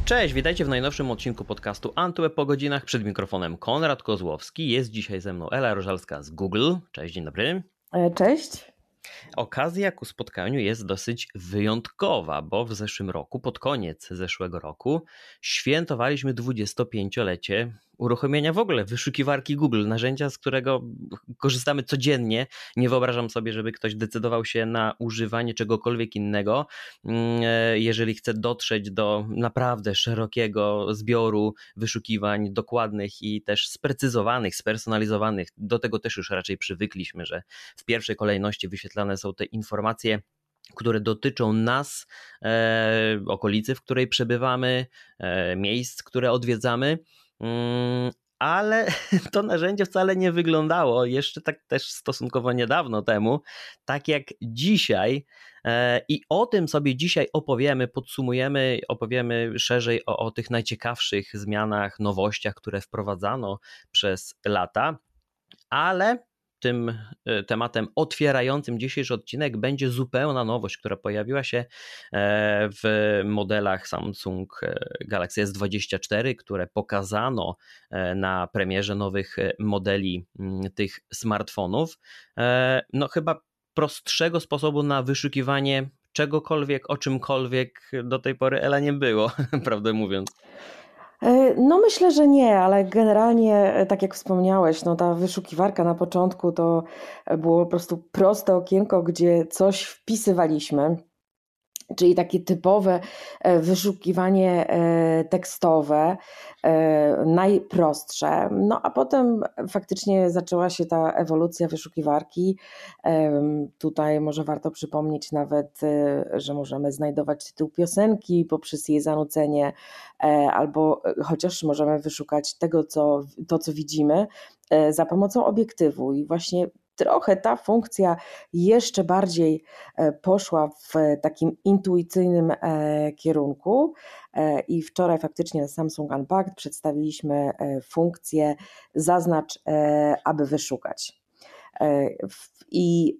Cześć, witajcie w najnowszym odcinku podcastu AntyWeb po godzinach. Przed mikrofonem Konrad Kozłowski. Jest dzisiaj ze mną Ela Rożalska z Google. Cześć, dzień dobry. Cześć. Okazja ku spotkaniu jest dosyć wyjątkowa, bo w zeszłym roku, pod koniec zeszłego roku, świętowaliśmy 25-lecie uruchomienia w ogóle wyszukiwarki Google, narzędzia, z którego korzystamy codziennie. Nie wyobrażam sobie, żeby ktoś decydował się na używanie czegokolwiek innego, jeżeli chce dotrzeć do naprawdę szerokiego zbioru wyszukiwań dokładnych i też sprecyzowanych, spersonalizowanych. Do tego też już raczej przywykliśmy, że w pierwszej kolejności wyświetlane są te informacje, które dotyczą nas, okolicy, w której przebywamy, miejsc, które odwiedzamy, ale to narzędzie wcale nie wyglądało jeszcze tak też stosunkowo niedawno temu, tak jak dzisiaj, i o tym sobie dzisiaj opowiemy, podsumujemy, opowiemy szerzej o tych najciekawszych zmianach, nowościach, które wprowadzano przez lata, ale tym tematem otwierającym dzisiejszy odcinek będzie zupełna nowość, która pojawiła się w modelach Samsung Galaxy S24, które pokazano na premierze nowych modeli tych smartfonów. No chyba prostszego sposobu na wyszukiwanie czegokolwiek, o czymkolwiek do tej pory, Ela, nie było, prawdę mówiąc. No myślę, że nie, ale generalnie, tak jak wspomniałeś, no ta wyszukiwarka na początku to było po prostu proste okienko, gdzie coś wpisywaliśmy. Czyli takie typowe wyszukiwanie tekstowe, najprostsze. No a potem faktycznie zaczęła się ta ewolucja wyszukiwarki. Tutaj może warto przypomnieć nawet, że możemy znajdować tytuł piosenki poprzez jej zanucenie, albo chociaż możemy wyszukać to, co widzimy za pomocą obiektywu. I właśnie trochę ta funkcja jeszcze bardziej poszła w takim intuicyjnym kierunku i wczoraj faktycznie na Samsung Unpacked przedstawiliśmy funkcję zaznacz, aby wyszukać. I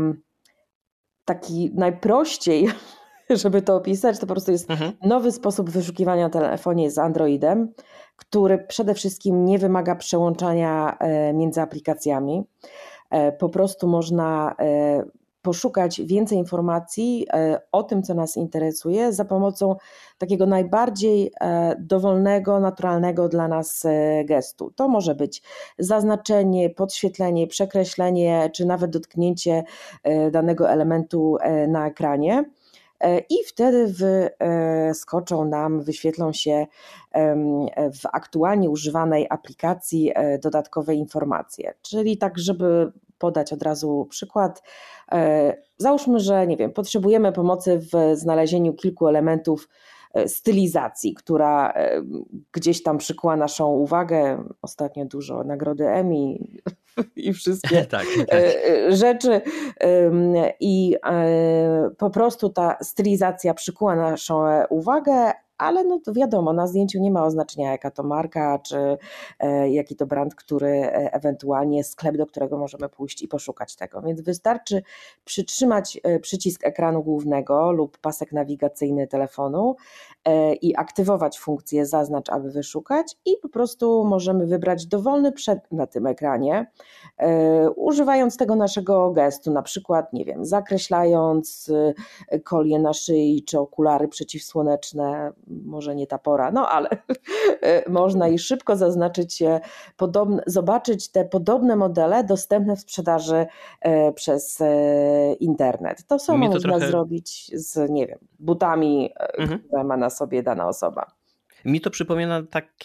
taki najprościej, żeby to opisać, to po prostu jest nowy sposób wyszukiwania na telefonie z Androidem, który przede wszystkim nie wymaga przełączania między aplikacjami. Po prostu można poszukać więcej informacji o tym, co nas interesuje, za pomocą takiego najbardziej dowolnego, naturalnego dla nas gestu. To może być zaznaczenie, podświetlenie, przekreślenie, czy nawet dotknięcie danego elementu na ekranie. I wtedy wyświetlą się w aktualnie używanej aplikacji dodatkowe informacje. Czyli tak, żeby podać od razu przykład, załóżmy, że nie wiem, potrzebujemy pomocy w znalezieniu kilku elementów stylizacji, która gdzieś tam przykuła naszą uwagę. Ostatnio dużo nagrody Emmy i wszystkie tak. rzeczy i po prostu ta stylizacja przykuła naszą uwagę, ale no to wiadomo, na zdjęciu nie ma oznaczenia, jaka to marka, czy jaki to brand, który ewentualnie sklep, do którego możemy pójść i poszukać tego. Więc wystarczy przytrzymać przycisk ekranu głównego lub pasek nawigacyjny telefonu i aktywować funkcję zaznacz, aby wyszukać, i po prostu możemy wybrać dowolny przedmiot na tym ekranie, używając tego naszego gestu, na przykład, nie wiem, zakreślając kolię na szyi czy okulary przeciwsłoneczne, może nie ta pora, no ale można i szybko zaznaczyć zobaczyć te podobne modele dostępne w sprzedaży przez internet. To samo można zrobić z, nie wiem, butami, które ma na sobie dana osoba. Mi to przypomina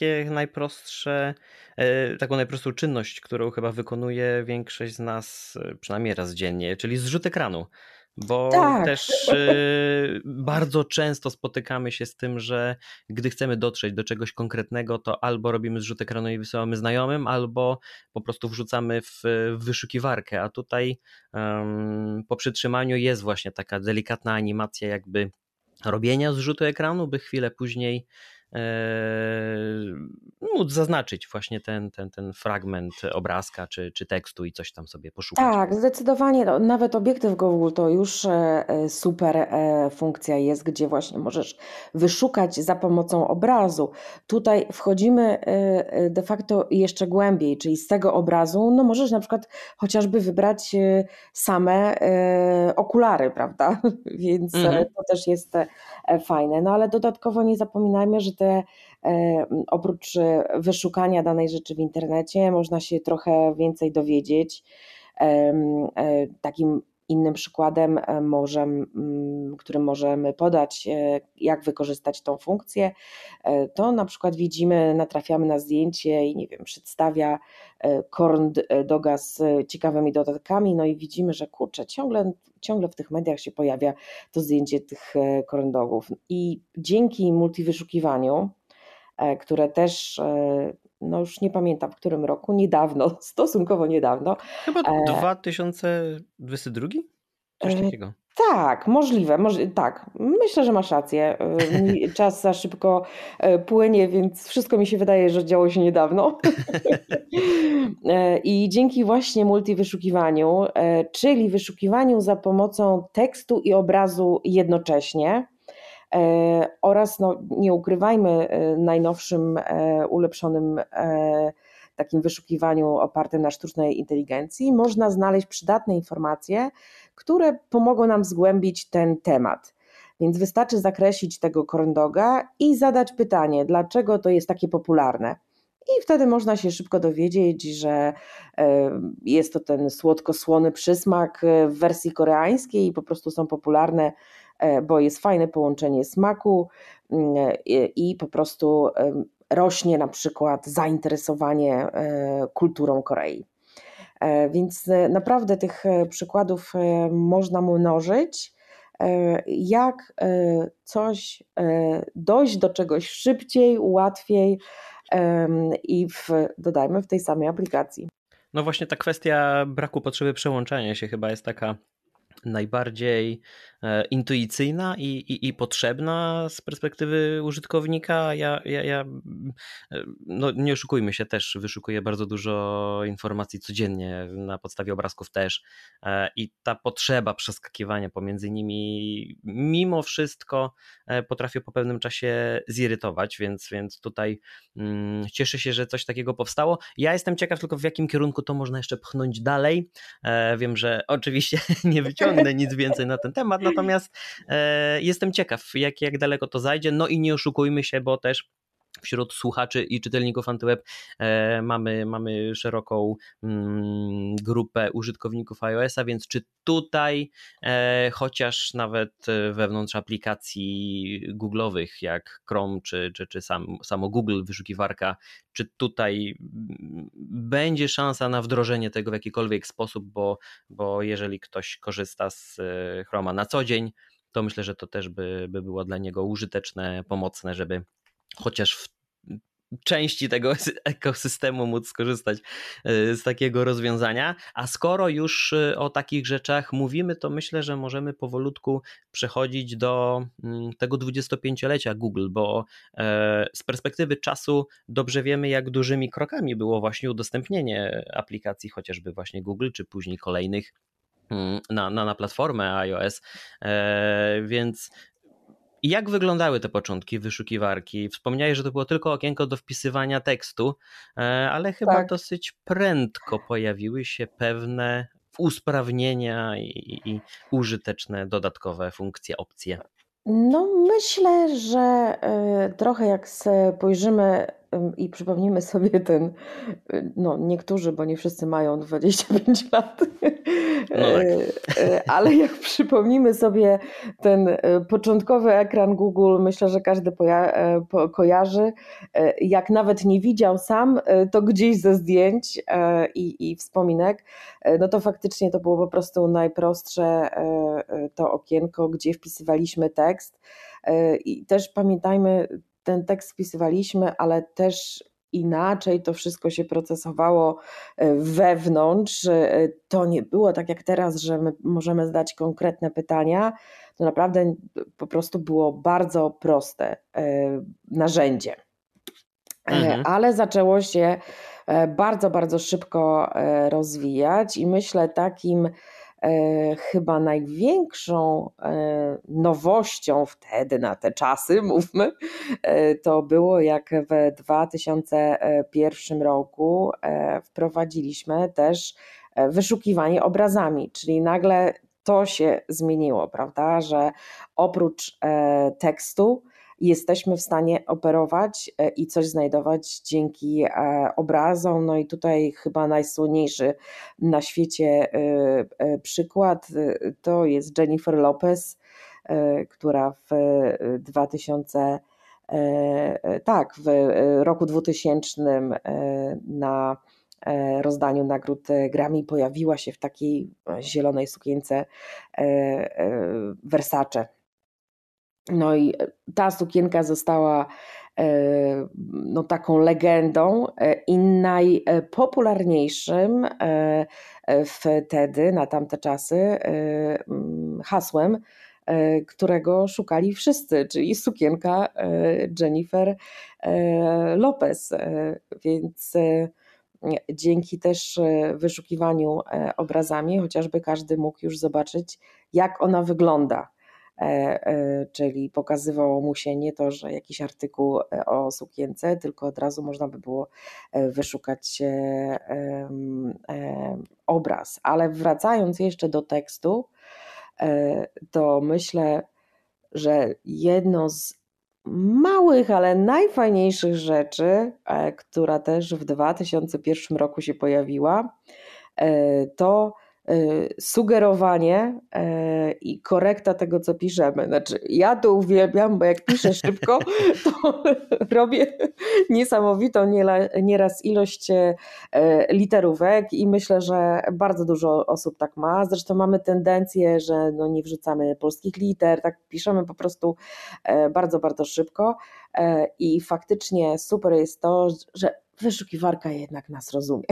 taką najprostszą czynność, którą chyba wykonuje większość z nas przynajmniej raz dziennie, czyli zrzut ekranu. Bo też bardzo często spotykamy się z tym, że gdy chcemy dotrzeć do czegoś konkretnego, to albo robimy zrzut ekranu i wysyłamy znajomym, albo po prostu wrzucamy w wyszukiwarkę, a tutaj po przytrzymaniu jest właśnie taka delikatna animacja jakby robienia zrzutu ekranu, by chwilę później móc zaznaczyć właśnie ten fragment obrazka czy tekstu i coś tam sobie poszukać. Tak, zdecydowanie. No, nawet obiektyw Google to już super funkcja jest, gdzie właśnie możesz wyszukać za pomocą obrazu. Tutaj wchodzimy de facto jeszcze głębiej, czyli z tego obrazu no możesz na przykład chociażby wybrać same okulary, prawda? Więc to też jest fajne. No ale dodatkowo nie zapominajmy, że oprócz wyszukania danej rzeczy w internecie można się trochę więcej dowiedzieć. Takim innym przykładem, którym możemy podać, jak wykorzystać tą funkcję, to na przykład natrafiamy na zdjęcie i nie wiem, przedstawia corn doga z ciekawymi dodatkami, no i widzimy, że kurczę, ciągle w tych mediach się pojawia to zdjęcie tych corn dogów. I dzięki multiwyszukiwaniu, które też, no już nie pamiętam w którym roku, niedawno, stosunkowo niedawno. Chyba 2022? Coś takiego. Tak, możliwe, tak. Myślę, że masz rację. Czas za szybko płynie, więc wszystko mi się wydaje, że działo się niedawno. I dzięki właśnie multiwyszukiwaniu, czyli wyszukiwaniu za pomocą tekstu i obrazu jednocześnie, oraz no, nie ukrywajmy, najnowszym, ulepszonym takim wyszukiwaniu opartym na sztucznej inteligencji można znaleźć przydatne informacje, które pomogą nam zgłębić ten temat. Więc wystarczy zakreślić tego corn doga i zadać pytanie, dlaczego to jest takie popularne. I wtedy można się szybko dowiedzieć, że jest to ten słodko-słony przysmak w wersji koreańskiej i po prostu są popularne, bo jest fajne połączenie smaku i po prostu rośnie na przykład zainteresowanie kulturą Korei. Więc naprawdę tych przykładów można mnożyć, jak dojść do czegoś szybciej, łatwiej i dodajmy w tej samej aplikacji. No właśnie ta kwestia braku potrzeby przełączania się chyba jest taka najbardziej intuicyjna i potrzebna z perspektywy użytkownika. Ja no nie oszukujmy się, też wyszukuję bardzo dużo informacji codziennie na podstawie obrazków też i ta potrzeba przeskakiwania pomiędzy nimi mimo wszystko potrafię po pewnym czasie zirytować, więc tutaj cieszę się, że coś takiego powstało. Ja jestem ciekaw tylko, w jakim kierunku to można jeszcze pchnąć dalej. Wiem, że oczywiście nie wyciągnę nic więcej na ten temat, natomiast jestem ciekaw, jak daleko to zajdzie. No i nie oszukujmy się, bo też wśród słuchaczy i czytelników Antyweb mamy szeroką grupę użytkowników iOS-a, więc czy tutaj chociaż nawet wewnątrz aplikacji Google'owych jak Chrome czy samo Google, wyszukiwarka, czy tutaj będzie szansa na wdrożenie tego w jakikolwiek sposób, bo jeżeli ktoś korzysta z Chroma na co dzień, to myślę, że to też by było dla niego użyteczne, pomocne, żeby chociaż w części tego ekosystemu móc skorzystać z takiego rozwiązania. A skoro już o takich rzeczach mówimy, to myślę, że możemy powolutku przechodzić do tego 25-lecia Google, bo z perspektywy czasu dobrze wiemy, jak dużymi krokami było właśnie udostępnienie aplikacji chociażby właśnie Google, czy później kolejnych na platformę iOS, więc jak wyglądały te początki wyszukiwarki? Wspomniałeś, że to było tylko okienko do wpisywania tekstu, ale chyba dosyć prędko pojawiły się pewne usprawnienia i użyteczne dodatkowe funkcje, opcje. No myślę, że trochę jak spojrzymy i przypomnimy sobie no niektórzy, bo nie wszyscy mają 25 lat, No tak. Ale jak przypomnimy sobie ten początkowy ekran Google, myślę, że każdy kojarzy. Jak nawet nie widział sam, to gdzieś ze zdjęć i wspominek, no to faktycznie to było po prostu najprostsze to okienko, gdzie wpisywaliśmy tekst. I też pamiętajmy, ten tekst wpisywaliśmy, ale też inaczej to wszystko się procesowało wewnątrz. To nie było tak jak teraz, że my możemy zadać konkretne pytania. To naprawdę po prostu było bardzo proste narzędzie. Ale zaczęło się bardzo, bardzo szybko rozwijać i myślę takim chyba największą nowością wtedy na te czasy, mówmy, to było jak w 2001 roku wprowadziliśmy też wyszukiwanie obrazami, czyli nagle to się zmieniło, prawda, że oprócz tekstu jesteśmy w stanie operować i coś znajdować dzięki obrazom. No i tutaj chyba najsłynniejszy na świecie przykład to jest Jennifer Lopez, która w 2000 w roku 2000 na rozdaniu nagród Grammy pojawiła się w takiej zielonej sukience Versace. No i ta sukienka została taką legendą i najpopularniejszym wtedy, na tamte czasy, hasłem, którego szukali wszyscy, czyli sukienka Jennifer Lopez. Więc dzięki też wyszukiwaniu obrazami, chociażby każdy mógł już zobaczyć, jak ona wygląda. Czyli pokazywało mu się nie to, że jakiś artykuł o sukience, tylko od razu można by było wyszukać obraz. Ale wracając jeszcze do tekstu, to myślę, że jedną z małych, ale najfajniejszych rzeczy, która też w 2001 roku się pojawiła, to sugerowanie i korekta tego, co piszemy. Znaczy, ja to uwielbiam, bo jak piszę szybko, to robię niesamowitą nieraz ilość literówek i myślę, że bardzo dużo osób tak ma. Zresztą mamy tendencję, że nie wrzucamy polskich liter, tak piszemy po prostu bardzo, bardzo szybko i faktycznie super jest to, że wyszukiwarka jednak nas rozumie.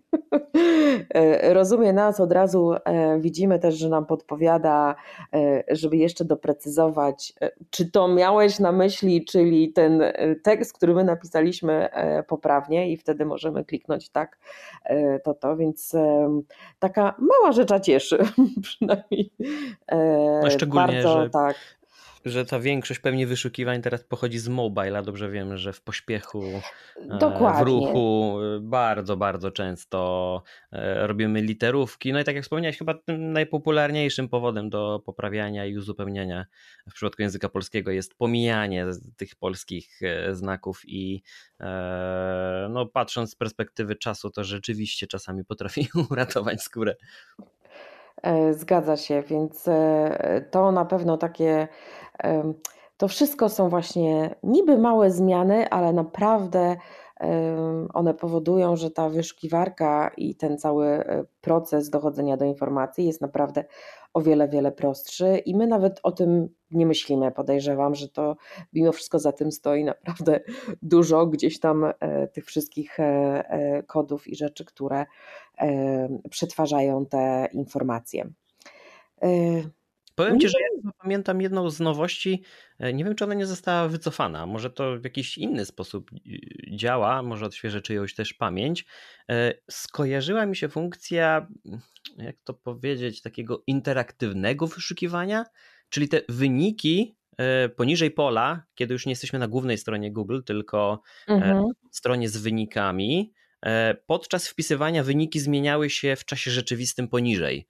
Rozumie nas, od razu widzimy też, że nam podpowiada, żeby jeszcze doprecyzować, czy to miałeś na myśli, czyli ten tekst, który my napisaliśmy poprawnie i wtedy możemy kliknąć tak, więc taka mała rzecz cieszy przynajmniej. No szczególnie, Bardzo tak. że ta większość pewnie wyszukiwań teraz pochodzi z mobile'a. Dobrze wiemy, że w pośpiechu, w Dokładnie. ruchu bardzo, bardzo często robimy literówki. No i tak jak wspomniałeś, chyba tym najpopularniejszym powodem do poprawiania i uzupełniania w przypadku języka polskiego jest pomijanie tych polskich znaków i patrząc z perspektywy czasu, to rzeczywiście czasami potrafi uratować skórę. Zgadza się, więc to na pewno takie, to wszystko są właśnie niby małe zmiany, ale naprawdę one powodują, że ta wyszukiwarka i ten cały proces dochodzenia do informacji jest naprawdę o wiele, wiele prostszy i my nawet o tym nie myślimy. Podejrzewam, że to mimo wszystko za tym stoi naprawdę dużo gdzieś tam tych wszystkich kodów i rzeczy, które przetwarzają te informacje. Powiem Ci, że ja pamiętam jedną z nowości, nie wiem, czy ona nie została wycofana, może to w jakiś inny sposób działa, może odświeżę czyjąś też pamięć. Skojarzyła mi się funkcja, jak to powiedzieć, takiego interaktywnego wyszukiwania, czyli te wyniki poniżej pola, kiedy już nie jesteśmy na głównej stronie Google, tylko na stronie z wynikami, podczas wpisywania wyniki zmieniały się w czasie rzeczywistym poniżej.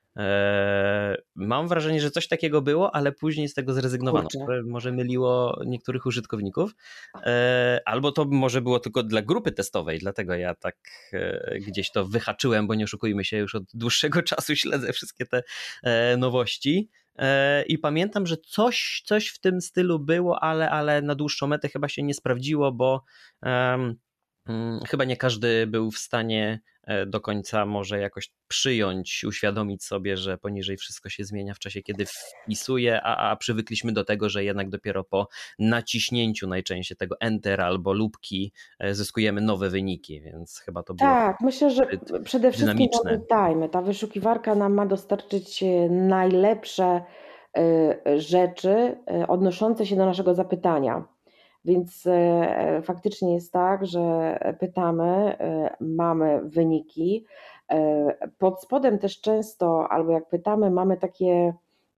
Mam wrażenie, że coś takiego było, ale później z tego zrezygnowano. Może myliło niektórych użytkowników, albo to może było tylko dla grupy testowej, dlatego ja tak gdzieś to wyhaczyłem, bo nie oszukujmy się, już od dłuższego czasu śledzę wszystkie te nowości i pamiętam, że coś w tym stylu było, ale na dłuższą metę chyba się nie sprawdziło, bo Chyba nie każdy był w stanie do końca może jakoś przyjąć, uświadomić sobie, że poniżej wszystko się zmienia w czasie, kiedy wpisuje, a przywykliśmy do tego, że jednak dopiero po naciśnięciu najczęściej tego Enter albo lubki zyskujemy nowe wyniki, więc chyba to było Tak, myślę, że zbyt przede wszystkim dynamiczne. pamiętajmy, ta wyszukiwarka nam ma dostarczyć najlepsze rzeczy odnoszące się do naszego zapytania. Więc faktycznie jest tak, że pytamy, mamy wyniki. Pod spodem też często, albo jak pytamy, mamy takie,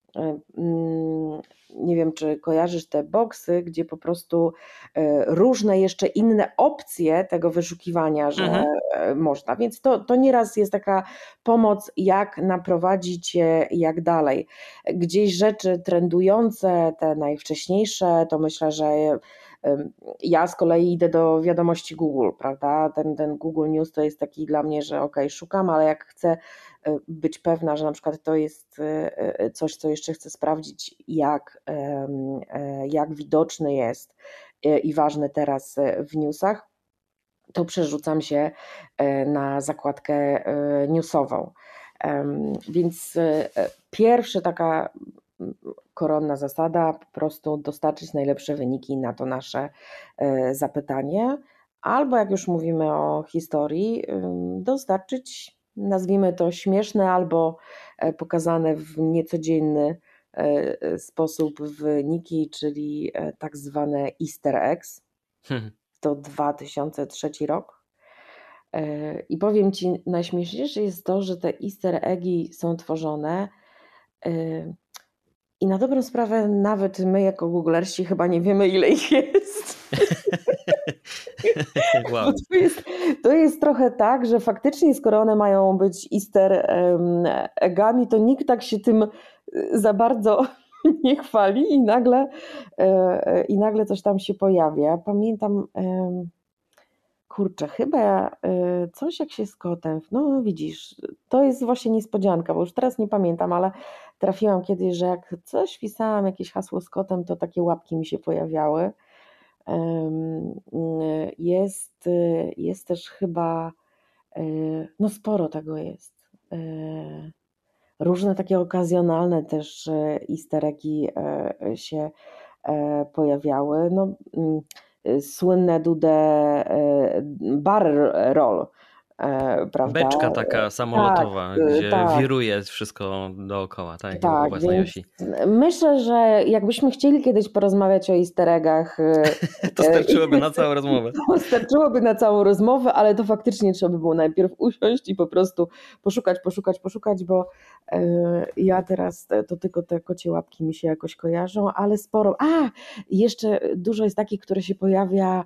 nie wiem, czy kojarzysz te boksy, gdzie po prostu różne jeszcze inne opcje tego wyszukiwania, że można. Więc to nieraz jest taka pomoc, jak naprowadzić je, jak dalej. Gdzieś rzeczy trendujące, te najwcześniejsze, to myślę, że ja z kolei idę do wiadomości Google, prawda? Ten Google News to jest taki dla mnie, że szukam, ale jak chcę być pewna, że na przykład to jest coś, co jeszcze chcę sprawdzić, jak widoczny jest i ważny teraz w newsach, to przerzucam się na zakładkę newsową. Więc pierwsza taka koronna zasada, po prostu dostarczyć najlepsze wyniki na to nasze zapytanie, albo jak już mówimy o historii, dostarczyć, nazwijmy to śmieszne albo pokazane w niecodzienny sposób wyniki, czyli tak zwane easter eggs. To 2003 rok. I powiem Ci, najśmieszniejsze jest to, że te easter eggi są tworzone i na dobrą sprawę nawet my jako googlersi chyba nie wiemy, ile ich jest. Wow. To jest trochę tak, że faktycznie skoro one mają być easter eggami, to nikt tak się tym za bardzo nie chwali i nagle coś tam się pojawia. Pamiętam, kurczę, chyba coś jak się z kotem, no widzisz, to jest właśnie niespodzianka, bo już teraz nie pamiętam, ale trafiłam kiedyś, że jak coś wpisałam, jakieś hasło z kotem, to takie łapki mi się pojawiały. Jest też chyba, no sporo tego jest. Różne takie okazjonalne też easter eggi się pojawiały. No, słynne dude barrel roll, prawda? Beczka taka samolotowa, Tak, gdzie tak. wiruje wszystko dookoła, tak, u Tak, was na więc Josi. myślę, że jakbyśmy chcieli kiedyś porozmawiać o easter eggach, To starczyłoby na całą rozmowę. to starczyłoby na całą rozmowę, ale to faktycznie trzeba by było najpierw usiąść i po prostu poszukać, bo ja teraz to tylko te kocie łapki mi się jakoś kojarzą, ale sporo. Jeszcze dużo jest takich, które się pojawia,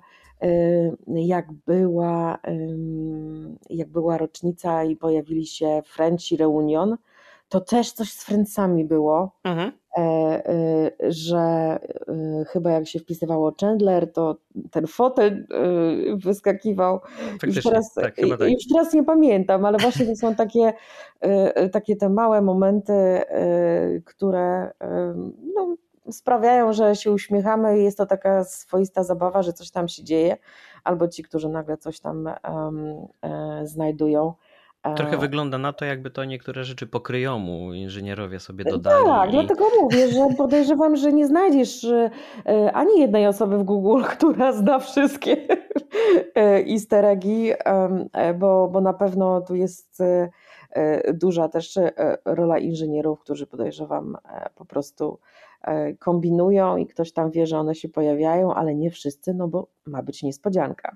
jak była rocznica i pojawili się French Reunion, to też coś z Friendsami było, że chyba jak się wpisywało Chandler, to ten fotel wyskakiwał. Faktycznie, tak, chyba tak. Już teraz nie pamiętam, ale właśnie to są takie te małe momenty, które no, sprawiają, że się uśmiechamy i jest to taka swoista zabawa, że coś tam się dzieje, albo ci, którzy nagle coś tam znajdują. Trochę wygląda na to, jakby to niektóre rzeczy pokryjomu inżynierowie sobie dodali. Tak, dlatego mówię, że podejrzewam, że nie znajdziesz ani jednej osoby w Google, która zna wszystkie easter eggi, bo na pewno tu jest duża też rola inżynierów, którzy podejrzewam po prostu kombinują i ktoś tam wie, że one się pojawiają, ale nie wszyscy, no bo ma być niespodzianka.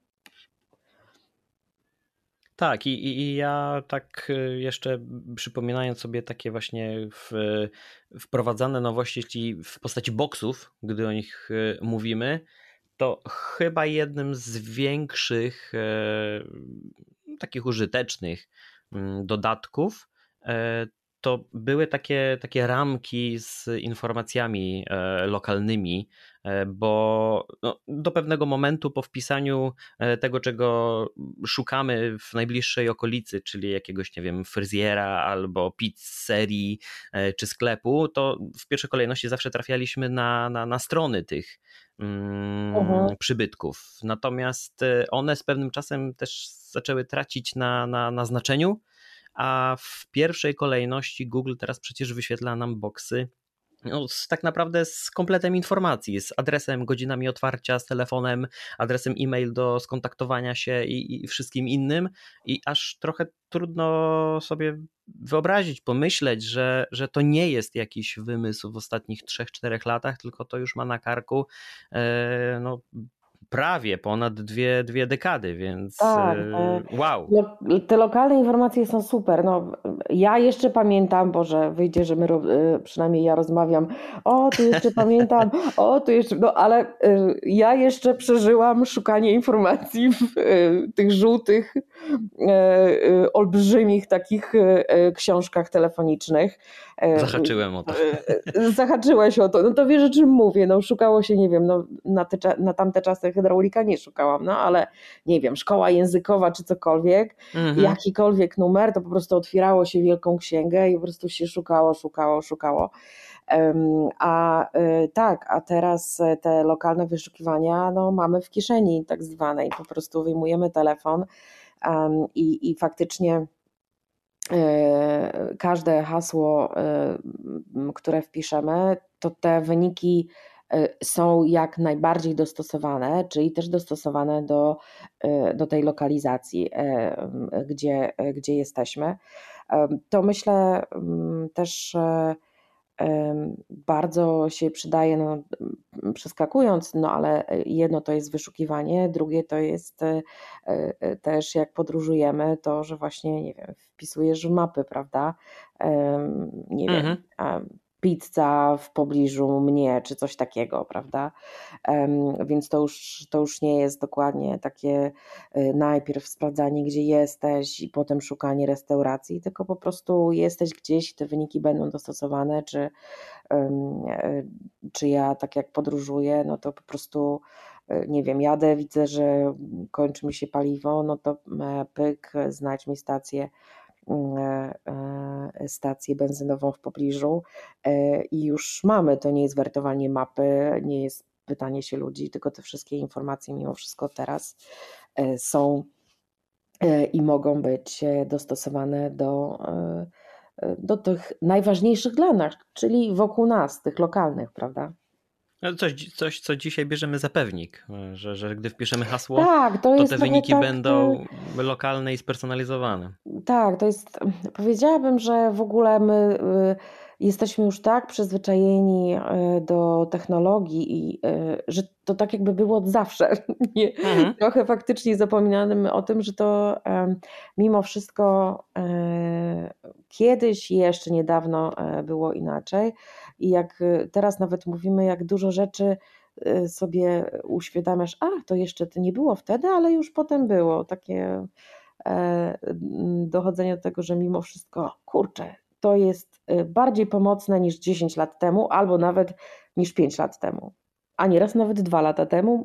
Tak, i ja tak jeszcze przypominając sobie takie właśnie wprowadzane nowości, czyli w postaci boksów, gdy o nich mówimy, to chyba jednym z większych takich użytecznych dodatków to były takie ramki z informacjami lokalnymi, bo no, do pewnego momentu po wpisaniu tego, czego szukamy w najbliższej okolicy, czyli jakiegoś, nie wiem, fryzjera albo pizzerii czy sklepu, to w pierwszej kolejności zawsze trafialiśmy na strony tych Mhm. przybytków. Natomiast one z pewnym czasem też zaczęły tracić na znaczeniu, a w pierwszej kolejności Google teraz przecież wyświetla nam boxy tak naprawdę z kompletem informacji, z adresem, godzinami otwarcia, z telefonem, adresem e-mail do skontaktowania się i wszystkim innym i aż trochę trudno sobie wyobrazić, pomyśleć, że to nie jest jakiś wymysł w ostatnich 3-4 latach, tylko to już ma na karku no, prawie ponad dwie dekady, więc Tak, wow. te lokalne informacje są super. No, ja jeszcze pamiętam, Boże, wyjdzie, że przynajmniej ja rozmawiam, o, tu jeszcze pamiętam, o, tu jeszcze, no ale ja jeszcze przeżyłam szukanie informacji w tych żółtych, olbrzymich takich książkach telefonicznych. Zahaczyłem o to. Zahaczyłaś o to, no to wiesz, o czym mówię, no szukało się, nie wiem, no na tamte czasy hydraulika nie szukałam, no ale nie wiem, szkoła językowa czy cokolwiek, jakikolwiek numer, to po prostu otwierało się wielką księgę i po prostu się szukało. A teraz te lokalne wyszukiwania no, mamy w kieszeni tak zwanej, po prostu wyjmujemy telefon i faktycznie każde hasło, które wpiszemy, to te wyniki są jak najbardziej dostosowane, czyli też dostosowane do tej lokalizacji, gdzie jesteśmy. To myślę też bardzo się przydaje, no, przeskakując, no ale jedno to jest wyszukiwanie, drugie to jest też jak podróżujemy, to, że właśnie, nie wiem, wpisujesz w mapy, prawda? Nie wiem, pizza w pobliżu mnie, czy coś takiego, prawda? Więc to już nie jest dokładnie takie najpierw sprawdzanie, gdzie jesteś i potem szukanie restauracji, tylko po prostu jesteś gdzieś, te wyniki będą dostosowane, czy ja tak jak podróżuję, no to po prostu nie wiem, jadę, widzę, że kończy mi się paliwo, no to pyk, znajdź mi stację benzynową w pobliżu i już mamy, to nie jest wertowanie mapy, nie jest pytanie się ludzi, tylko te wszystkie informacje mimo wszystko teraz są i mogą być dostosowane do tych najważniejszych dla nas, czyli wokół nas, tych lokalnych, prawda? No coś, co dzisiaj bierzemy za pewnik, że gdy wpiszemy hasło, Tak, to to jest te trochę wyniki tak. będą lokalne i spersonalizowane. Tak, to jest, powiedziałabym, że w ogóle my jesteśmy już tak przyzwyczajeni do technologii i że to tak jakby było od zawsze. Nie, trochę faktycznie zapominamy o tym, że to mimo wszystko kiedyś jeszcze niedawno było inaczej i jak teraz nawet mówimy, jak dużo rzeczy sobie uświadamiasz, to jeszcze to nie było wtedy, ale już potem było takie dochodzenie do tego, że mimo wszystko, kurczę, to jest bardziej pomocne niż 10 lat temu, albo nawet niż 5 lat temu, a nieraz nawet 2 lata temu.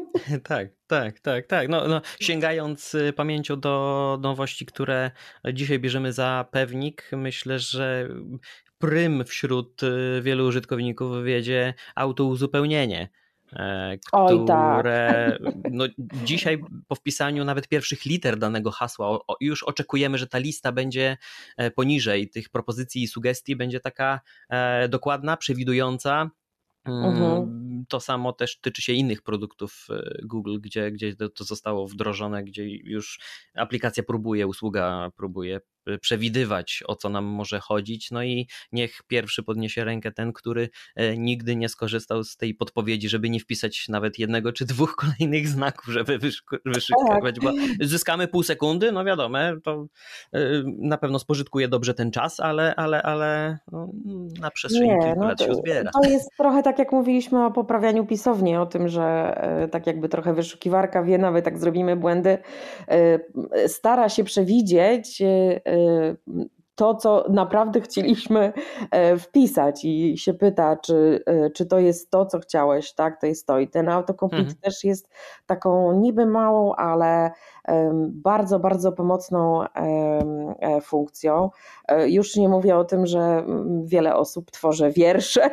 Tak. No, sięgając pamięcią do nowości, które dzisiaj bierzemy za pewnik, myślę, że prym wśród wielu użytkowników wiedzie autouzupełnienie, Oj, tak. które no, dzisiaj po wpisaniu nawet pierwszych liter danego hasła już oczekujemy, że ta lista będzie poniżej tych propozycji i sugestii, będzie taka dokładna, przewidująca. To samo też tyczy się innych produktów Google, gdzie to zostało wdrożone, gdzie już aplikacja usługa próbuje przewidywać, o co nam może chodzić, no i niech pierwszy podniesie rękę ten, który nigdy nie skorzystał z tej podpowiedzi, żeby nie wpisać nawet jednego czy dwóch kolejnych znaków, żeby wyszukiwać, bo zyskamy pół sekundy, no wiadomo, to na pewno spożytkuje dobrze ten czas, ale no, na przestrzeni kilku lat się uzbiera. To jest trochę tak, jak mówiliśmy o poprawianiu pisowni, o tym, że tak jakby trochę wyszukiwarka wie, nawet jak zrobimy błędy, stara się przewidzieć to, co naprawdę chcieliśmy wpisać i się pyta, czy to jest to, co chciałeś, tak, to jest to. I ten autocomplete też jest taką niby małą, ale bardzo, bardzo pomocną funkcją. Już nie mówię o tym, że wiele osób tworzy wiersze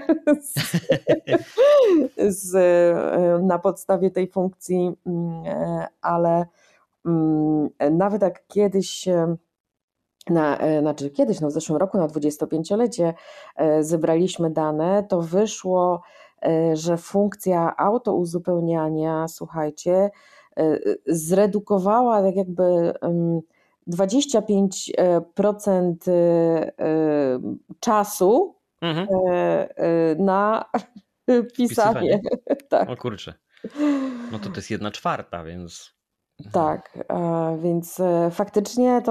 na podstawie tej funkcji, ale nawet jak kiedyś, w zeszłym roku na 25-lecie zebraliśmy dane, to wyszło, że funkcja autouzupełniania, słuchajcie, zredukowała tak jakby 25% czasu na pisanie. Tak. O kurczę. No to jest 1/4, więc... Tak, więc faktycznie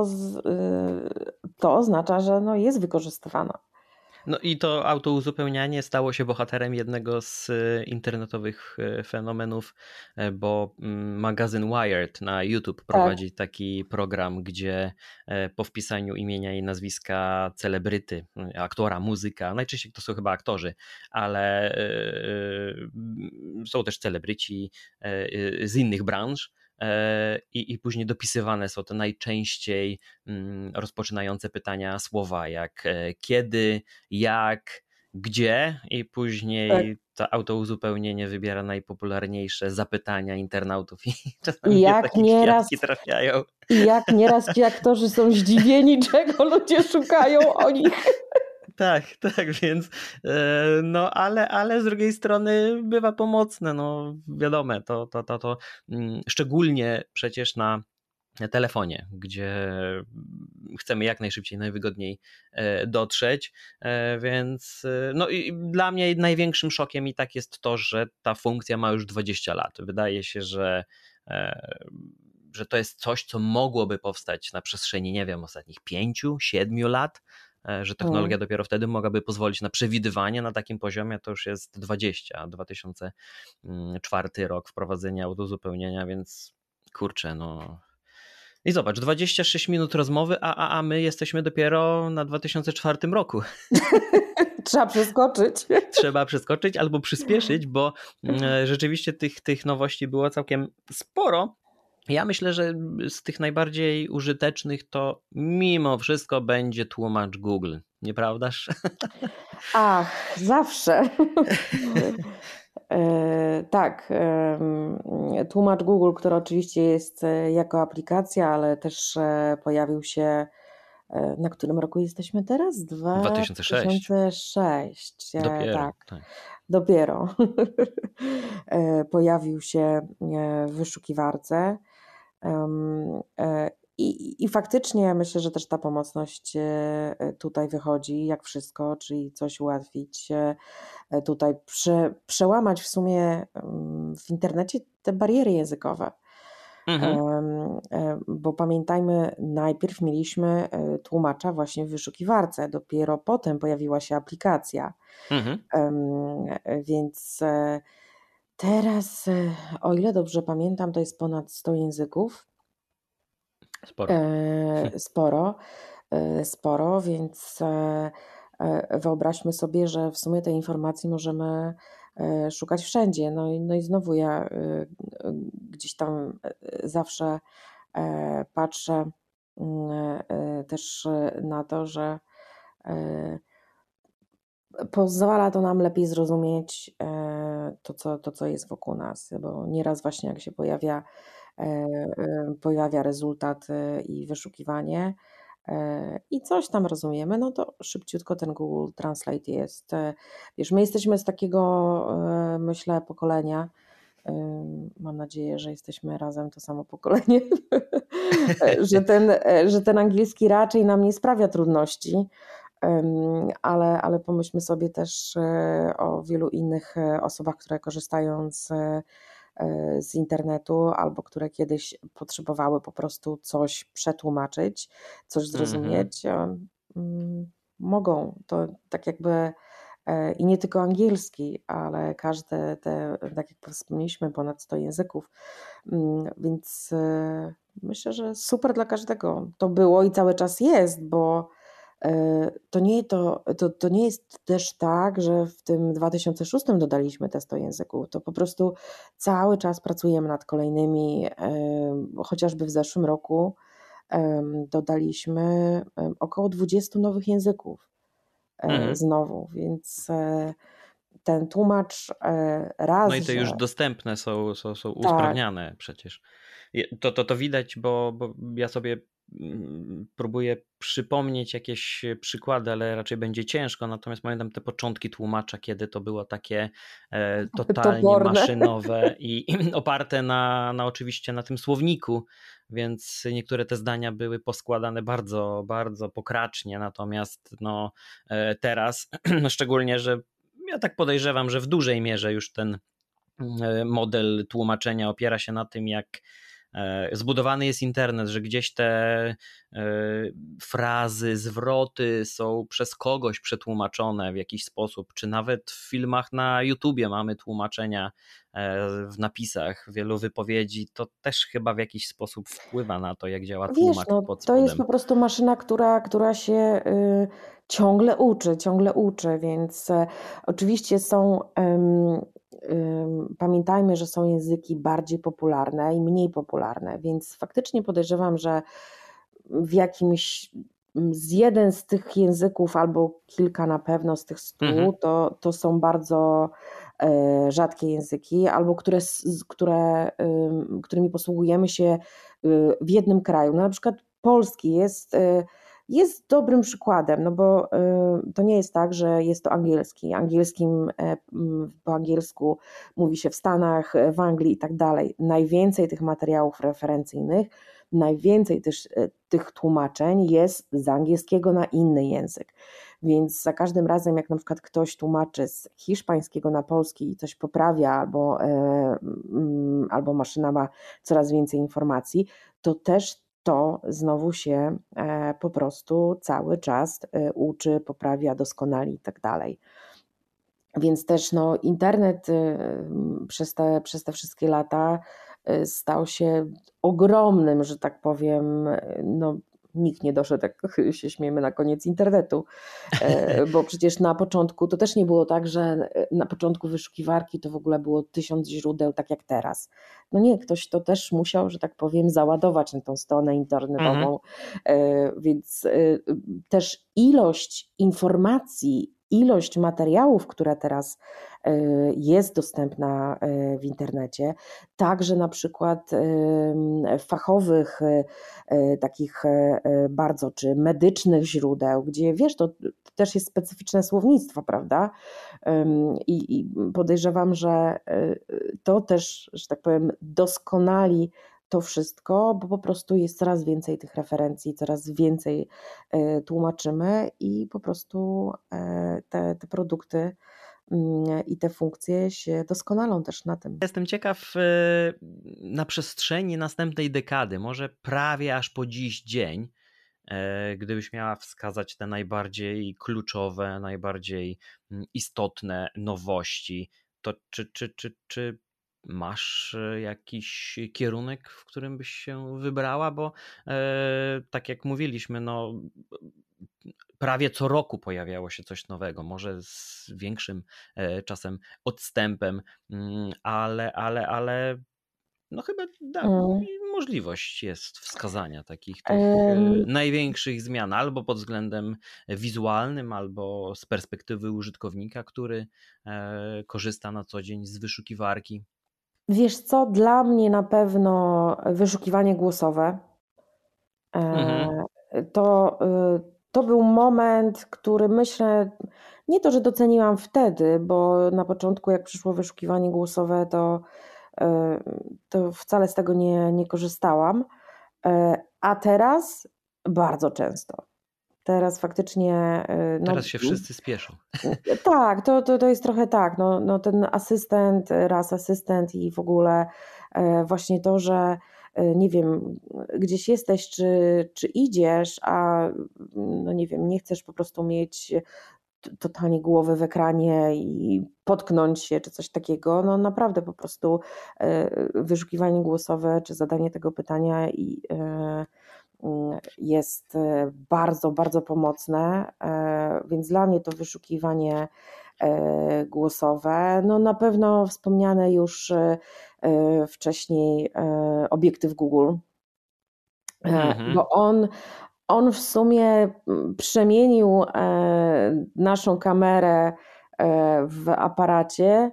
to oznacza, że no jest wykorzystywana. No i to autouzupełnianie stało się bohaterem jednego z internetowych fenomenów, bo magazyn Wired na YouTube prowadzi taki program, gdzie po wpisaniu imienia i nazwiska celebryty, aktora, muzyka, najczęściej to są chyba aktorzy, ale są też celebryci z innych branż, i później dopisywane są te najczęściej rozpoczynające pytania słowa jak kiedy, jak, gdzie i później to autouzupełnienie wybiera najpopularniejsze zapytania internautów i czasami takie kwiatki trafiają. I jak nieraz ci aktorzy są zdziwieni, czego ludzie szukają o nich. Tak, więc no ale z drugiej strony bywa pomocne, no wiadomo, to szczególnie przecież na telefonie, gdzie chcemy jak najszybciej, najwygodniej dotrzeć, więc no i dla mnie największym szokiem i tak jest to, że ta funkcja ma już 20 lat. Wydaje się, że to jest coś, co mogłoby powstać na przestrzeni, nie wiem, ostatnich 5-7 lat, że technologia dopiero wtedy mogłaby pozwolić na przewidywanie na takim poziomie, to już jest 2004 rok wprowadzenia autozupełnienia, więc kurczę, no. I zobacz, 26 minut rozmowy, a my jesteśmy dopiero na 2004 roku. Trzeba przeskoczyć albo przyspieszyć, bo rzeczywiście tych nowości było całkiem sporo. Ja myślę, że z tych najbardziej użytecznych to mimo wszystko będzie tłumacz Google, nieprawdaż? Ach, zawsze. Tak, tłumacz Google, który oczywiście jest jako aplikacja, ale też pojawił się, na którym roku jesteśmy teraz? 2006. Dopiero. Tak. Dopiero. Pojawił się w wyszukiwarce. I faktycznie myślę, że też ta pomocność tutaj wychodzi, jak wszystko, czyli coś ułatwić, tutaj przełamać w sumie w internecie te bariery językowe. Bo pamiętajmy, najpierw mieliśmy tłumacza właśnie w wyszukiwarce, dopiero potem pojawiła się aplikacja. Więc teraz, o ile dobrze pamiętam, to jest ponad 100 języków. Sporo, więc wyobraźmy sobie, że w sumie tej informacji możemy szukać wszędzie. No i znowu ja gdzieś tam zawsze patrzę też na to, że pozwala to nam lepiej zrozumieć to, co jest wokół nas, bo nieraz właśnie jak się pojawia rezultat i wyszukiwanie i coś tam rozumiemy, no to szybciutko ten Google Translate jest. Wiesz, my jesteśmy z takiego, myślę, pokolenia, mam nadzieję, że jesteśmy razem to samo pokolenie, że ten angielski raczej nam nie sprawia trudności, ale pomyślmy sobie też o wielu innych osobach, które korzystają z internetu albo które kiedyś potrzebowały po prostu coś przetłumaczyć, coś zrozumieć. Mogą, to tak jakby i nie tylko angielski, ale każde te, tak jak wspomnieliśmy, ponad 100 języków, więc myślę, że super dla każdego to było i cały czas jest, bo to nie jest też tak, że w tym 2006 dodaliśmy te 100 języków. To po prostu cały czas pracujemy nad kolejnymi, chociażby w zeszłym roku dodaliśmy około 20 nowych języków znowu, więc ten tłumacz No raz, i te już że dostępne są tak, usprawniane przecież. To widać, bo ja sobie próbuję przypomnieć jakieś przykłady, ale raczej będzie ciężko. Natomiast pamiętam te początki tłumacza, kiedy to było takie totalnie toporne. maszynowe i oparte oczywiście na tym słowniku, więc niektóre te zdania były poskładane bardzo, bardzo pokracznie. Natomiast no, teraz, szczególnie, że ja tak podejrzewam, że w dużej mierze już ten model tłumaczenia opiera się na tym, jak zbudowany jest internet, że gdzieś te frazy, zwroty są przez kogoś przetłumaczone w jakiś sposób, czy nawet w filmach na YouTubie mamy tłumaczenia w napisach wielu wypowiedzi, to też chyba w jakiś sposób wpływa na to, jak działa Wiesz, tłumacz no pod to jest spodem. po prostu maszyna, która się ciągle uczy, więc oczywiście są, pamiętajmy, że są języki bardziej popularne i mniej popularne, więc faktycznie podejrzewam, że w jakimś z jeden z tych języków albo kilka na pewno z tych 100 Mhm. to są bardzo rzadkie języki, albo którymi posługujemy się w jednym kraju. No na przykład polski jest dobrym przykładem, no bo to nie jest tak, że jest to angielski. Po angielsku mówi się w Stanach, w Anglii i tak dalej. Najwięcej tych materiałów referencyjnych, najwięcej też tych tłumaczeń jest z angielskiego na inny język. Więc za każdym razem, jak na przykład ktoś tłumaczy z hiszpańskiego na polski i coś poprawia, albo maszyna ma coraz więcej informacji, to też to znowu się po prostu cały czas uczy, poprawia, doskonali i tak dalej. Więc też no, internet przez te wszystkie lata stał się ogromnym, że tak powiem, no, nikt nie doszedł, jak się śmiejemy, na koniec internetu, bo przecież na początku to też nie było tak, że na początku wyszukiwarki to w ogóle było 1000 źródeł, tak jak teraz. No nie, ktoś to też musiał, że tak powiem, załadować na tą stronę Mhm. internetową, więc też ilość informacji, ilość materiałów, która teraz jest dostępna w internecie, także na przykład fachowych, takich bardzo, czy medycznych źródeł, gdzie wiesz, to też jest specyficzne słownictwo, prawda? I podejrzewam, że to też, że tak powiem, doskonali to wszystko, bo po prostu jest coraz więcej tych referencji, coraz więcej tłumaczymy i po prostu te produkty i te funkcje się doskonalą też na tym. Jestem ciekaw na przestrzeni następnej dekady, może prawie aż po dziś dzień, gdybyś miała wskazać te najbardziej kluczowe, najbardziej istotne nowości, to czy masz jakiś kierunek, w którym byś się wybrała? Bo tak jak mówiliśmy, no prawie co roku pojawiało się coś nowego, może z większym czasem odstępem, ale no chyba Mm. możliwość jest wskazania takich tych Em, największych zmian, albo pod względem wizualnym, albo z perspektywy użytkownika, który korzysta na co dzień z wyszukiwarki. Wiesz co, dla mnie na pewno wyszukiwanie głosowe Mhm. to, to był moment, który myślę, nie to, że doceniłam wtedy, bo na początku jak przyszło wyszukiwanie głosowe, y, to wcale z tego nie korzystałam, a teraz bardzo często. Teraz faktycznie, no Teraz się wszyscy spieszą. tak, to jest trochę tak, no ten asystent, raz asystent i w ogóle właśnie to, że nie wiem, gdzieś jesteś, czy idziesz, a no nie wiem, nie chcesz po prostu mieć totalnie głowy w ekranie i potknąć się, czy coś takiego, no naprawdę po prostu wyszukiwanie głosowe, czy zadanie tego pytania jest bardzo, bardzo pomocne, więc dla mnie to wyszukiwanie głosowe, no na pewno wspomniane już wcześniej obiektyw Google, bo on w sumie przemienił naszą kamerę w aparacie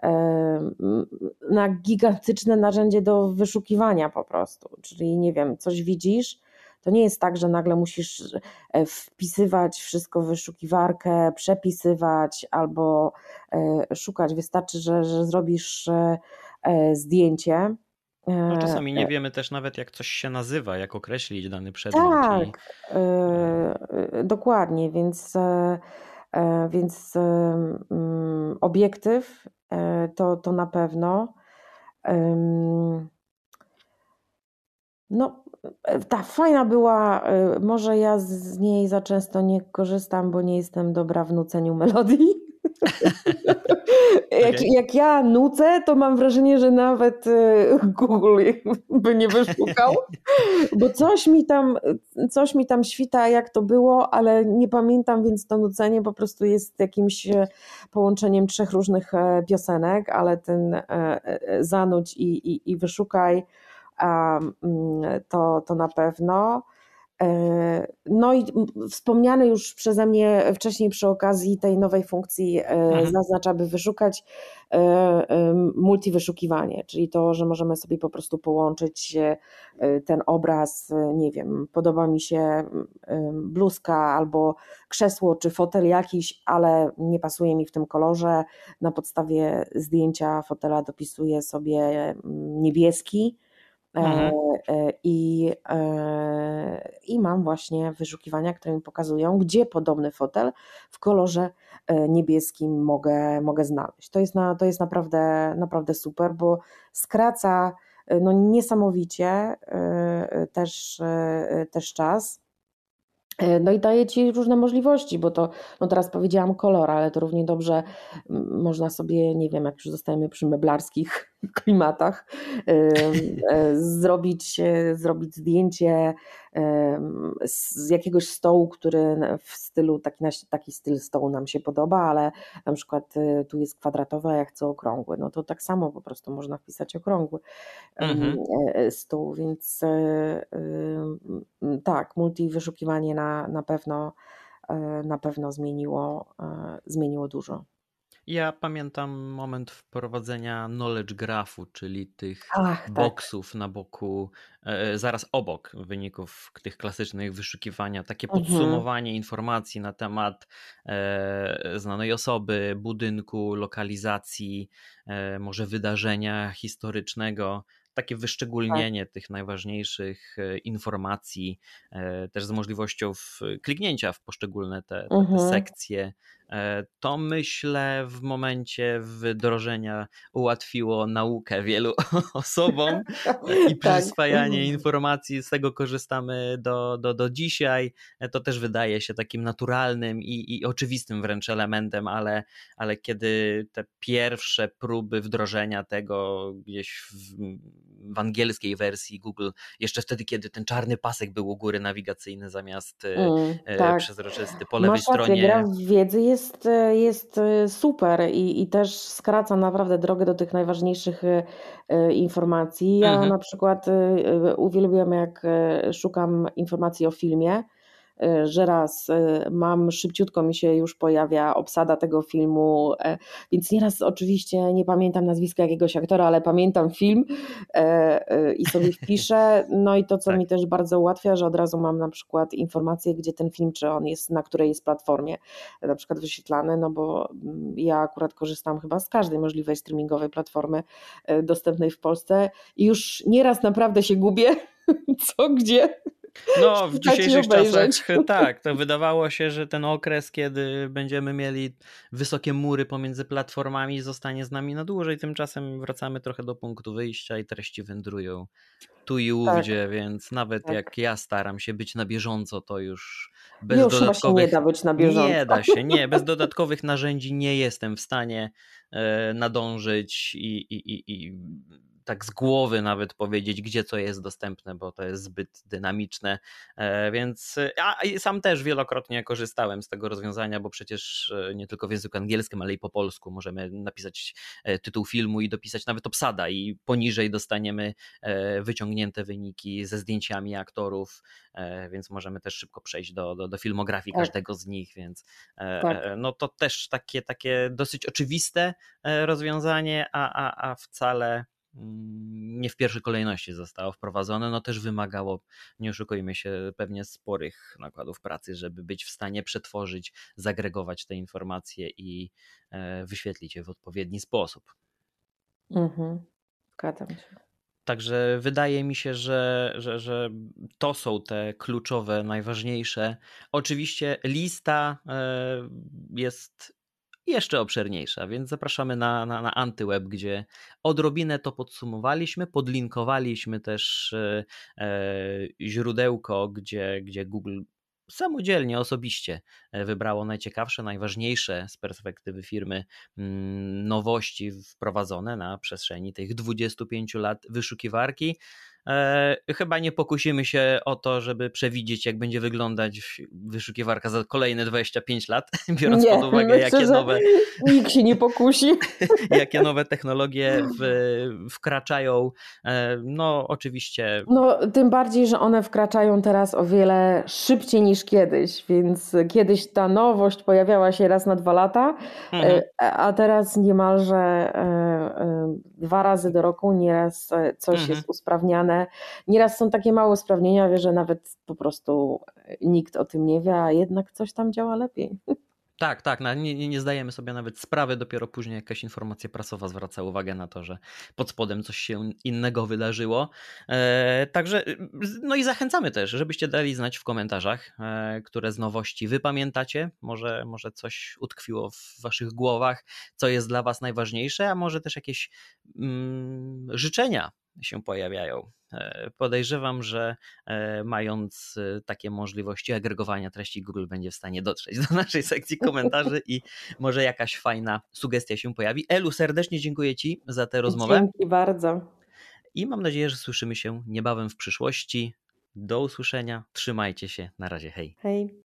na gigantyczne narzędzie do wyszukiwania po prostu. Czyli nie wiem, coś widzisz, to nie jest tak, że nagle musisz wpisywać wszystko w wyszukiwarkę, przepisywać albo szukać. Wystarczy, że zrobisz zdjęcie. No czasami nie wiemy też nawet, jak coś się nazywa, jak określić dany przedmiot. Tak, dokładnie, więc obiektyw to na pewno. No, ta fajna była, może ja z niej za często nie korzystam, bo nie jestem dobra w nuceniu melodii. Jak ja nucę, to mam wrażenie, że nawet Google by nie wyszukał, bo coś mi tam świta, jak to było, ale nie pamiętam, więc to nucenie po prostu jest jakimś połączeniem 3 różnych piosenek, ale ten zanuć i wyszukaj, to na pewno. No i wspomniany już przeze mnie wcześniej przy okazji tej nowej funkcji zaznacza, by wyszukać multiwyszukiwanie, czyli to, że możemy sobie po prostu połączyć ten obraz, nie wiem, podoba mi się bluzka albo krzesło czy fotel jakiś, ale nie pasuje mi w tym kolorze, na podstawie zdjęcia fotela dopisuję sobie niebieski. I mam właśnie wyszukiwania, które mi pokazują, gdzie podobny fotel w kolorze niebieskim mogę znaleźć. To jest naprawdę super, bo skraca no, niesamowicie też czas. No i daje Ci różne możliwości, bo to, no teraz powiedziałam kolor, ale to równie dobrze można sobie, nie wiem, jak już zostajemy przy meblarskich klimatach, zrobić zdjęcie z jakiegoś stołu, który w stylu, taki styl stołu nam się podoba, ale na przykład tu jest kwadratowy, a ja chcę okrągły, no to tak samo po prostu można wpisać okrągły stół, więc tak, multi wyszukiwanie na pewno zmieniło dużo. Ja pamiętam moment wprowadzenia knowledge graphu, czyli tych Tak. boksów na boku, zaraz obok wyników tych klasycznych wyszukiwania, takie podsumowanie informacji na temat znanej osoby, budynku, lokalizacji, może wydarzenia historycznego. Takie wyszczególnienie tych najważniejszych informacji, też z możliwością kliknięcia w poszczególne te sekcje. To myślę w momencie wdrożenia ułatwiło naukę wielu osobom i przyswajanie informacji, z tego korzystamy do dzisiaj. To też wydaje się takim naturalnym i oczywistym wręcz elementem, ale kiedy te pierwsze próby wdrożenia tego gdzieś w angielskiej wersji Google, jeszcze wtedy, kiedy ten czarny pasek był u góry nawigacyjny zamiast przezroczysty po lewej stronie. Gra w wiedzy jest super i też skraca naprawdę drogę do tych najważniejszych informacji. Ja na przykład uwielbiam, jak szukam informacji o filmie, że raz mam szybciutko, mi się już pojawia obsada tego filmu, więc nieraz oczywiście nie pamiętam nazwiska jakiegoś aktora, ale pamiętam film i sobie wpiszę. No i to, co mi też bardzo ułatwia, że od razu mam na przykład informację, gdzie ten film, czy on jest, na której jest platformie na przykład wyświetlany, no bo ja akurat korzystam chyba z każdej możliwej streamingowej platformy dostępnej w Polsce i już nieraz naprawdę się gubię, co gdzie. No, w dzisiejszych czasach tak, to wydawało się, że ten okres, kiedy będziemy mieli wysokie mury pomiędzy platformami, zostanie z nami na dłużej. Tymczasem wracamy trochę do punktu wyjścia i treści wędrują tu i ówdzie, więc nawet jak ja staram się być na bieżąco, to już bez dodatkowych... Chyba się nie da być na bieżąco. Nie da się, nie. Bez dodatkowych narzędzi nie jestem w stanie nadążyć i tak z głowy nawet powiedzieć, gdzie co jest dostępne, bo to jest zbyt dynamiczne, więc sam też wielokrotnie korzystałem z tego rozwiązania, bo przecież nie tylko w języku angielskim, ale i po polsku możemy napisać tytuł filmu i dopisać nawet obsada i poniżej dostaniemy wyciągnięte wyniki ze zdjęciami aktorów, więc możemy też szybko przejść do filmografii każdego z nich, więc no to też takie dosyć oczywiste rozwiązanie, a wcale nie w pierwszej kolejności zostało wprowadzone, no też wymagało, nie oszukujmy się, pewnie sporych nakładów pracy, żeby być w stanie przetworzyć, zagregować te informacje i wyświetlić je w odpowiedni sposób. Zgadzam się. Także wydaje mi się, że to są te kluczowe, najważniejsze. Oczywiście lista jest jeszcze obszerniejsza, więc zapraszamy na Antyweb, gdzie odrobinę to podsumowaliśmy, podlinkowaliśmy też źródełko, gdzie Google samodzielnie, osobiście wybrało najciekawsze, najważniejsze z perspektywy firmy nowości wprowadzone na przestrzeni tych 25 lat wyszukiwarki. Chyba nie pokusimy się o to, żeby przewidzieć, jak będzie wyglądać wyszukiwarka za kolejne 25 lat, biorąc pod uwagę, jakie nowe... Nikt się nie pokusi. Jakie nowe technologie wkraczają. No oczywiście... No tym bardziej, że one wkraczają teraz o wiele szybciej niż kiedyś, więc kiedyś ta nowość pojawiała się raz na 2 lata, a teraz niemalże 2 razy do roku nieraz coś jest usprawniane. Nieraz są takie małe usprawnienia, że nawet po prostu nikt o tym nie wie, a jednak coś tam działa lepiej. Tak, nie zdajemy sobie nawet sprawy, dopiero później jakaś informacja prasowa zwraca uwagę na to, że pod spodem coś się innego wydarzyło. Także, no i zachęcamy też, żebyście dali znać w komentarzach, które z nowości wy pamiętacie, może coś utkwiło w waszych głowach, co jest dla was najważniejsze, a może też jakieś życzenia się pojawiają. Podejrzewam, że mając takie możliwości agregowania treści, Google będzie w stanie dotrzeć do naszej sekcji komentarzy i może jakaś fajna sugestia się pojawi. Elu, serdecznie dziękuję ci za tę rozmowę. Dzięki bardzo. I mam nadzieję, że słyszymy się niebawem w przyszłości. Do usłyszenia. Trzymajcie się. Na razie. Hej. Hej.